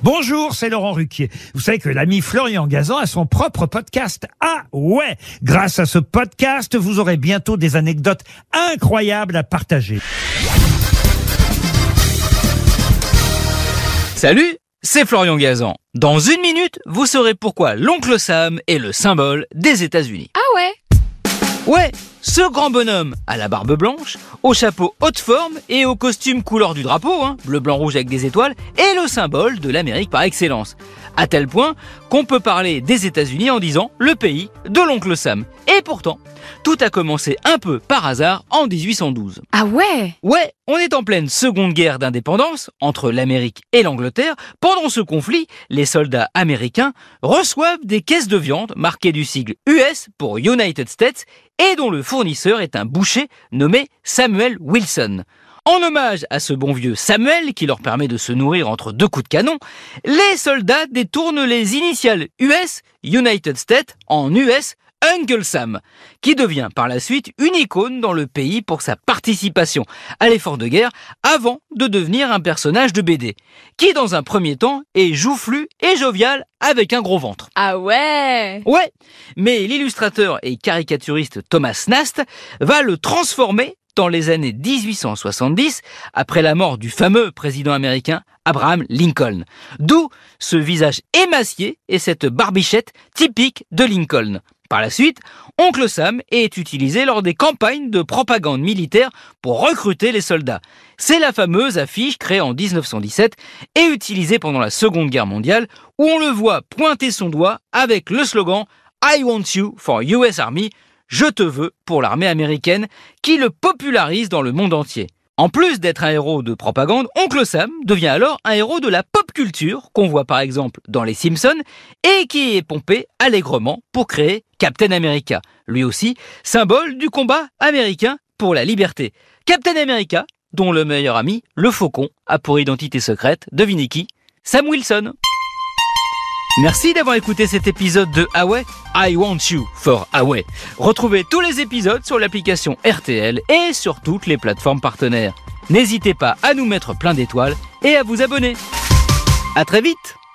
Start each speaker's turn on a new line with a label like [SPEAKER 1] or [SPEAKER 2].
[SPEAKER 1] Bonjour, c'est Laurent Ruquier. Vous savez que l'ami Florian Gazan a son propre podcast. Ah ouais! Grâce à ce podcast, vous aurez bientôt des anecdotes incroyables à partager.
[SPEAKER 2] Salut, c'est Florian Gazan. Dans une minute, vous saurez pourquoi l'oncle Sam est le symbole des États-Unis.
[SPEAKER 3] Ah ouais?
[SPEAKER 2] Ouais, ce grand bonhomme à la barbe blanche, au chapeau haute forme et au costume couleur du drapeau, bleu, blanc, rouge avec des étoiles, est le symbole de l'Amérique par excellence. À tel point qu'on peut parler des États-Unis en disant le pays de l'oncle Sam. Et pourtant, tout a commencé un peu par hasard en 1812.
[SPEAKER 3] Ah ouais?
[SPEAKER 2] Ouais, on est en pleine seconde guerre d'indépendance entre l'Amérique et l'Angleterre. Pendant ce conflit, les soldats américains reçoivent des caisses de viande marquées du sigle US pour United States et dont le fournisseur est un boucher nommé Samuel Wilson. En hommage à ce bon vieux Samuel qui leur permet de se nourrir entre deux coups de canon, les soldats détournent les initiales US, United States, en US, Uncle Sam, qui devient par la suite une icône dans le pays pour sa participation à l'effort de guerre avant de devenir un personnage de BD, qui dans un premier temps est joufflu et jovial avec un gros ventre.
[SPEAKER 3] Ah ouais?
[SPEAKER 2] Ouais, mais l'illustrateur et caricaturiste Thomas Nast va le transformer dans les années 1870, après la mort du fameux président américain Abraham Lincoln. D'où ce visage émacié et cette barbichette typique de Lincoln. Par la suite, Oncle Sam est utilisé lors des campagnes de propagande militaire pour recruter les soldats. C'est la fameuse affiche créée en 1917 et utilisée pendant la Seconde Guerre mondiale où on le voit pointer son doigt avec le slogan « I want you for US Army », je te veux pour l'armée américaine, qui le popularise dans le monde entier. En plus d'être un héros de propagande, Oncle Sam devient alors un héros de la pop culture, qu'on voit par exemple dans Les Simpsons, et qui est pompé allègrement pour créer Captain America, lui aussi symbole du combat américain pour la liberté. Captain America, dont le meilleur ami, le Faucon, a pour identité secrète, devinez qui? Sam Wilson. Merci d'avoir écouté cet épisode de Ah ouais, I Want You for Ah ouais. Retrouvez tous les épisodes sur l'application RTL et sur toutes les plateformes partenaires. N'hésitez pas à nous mettre plein d'étoiles et à vous abonner. À très vite!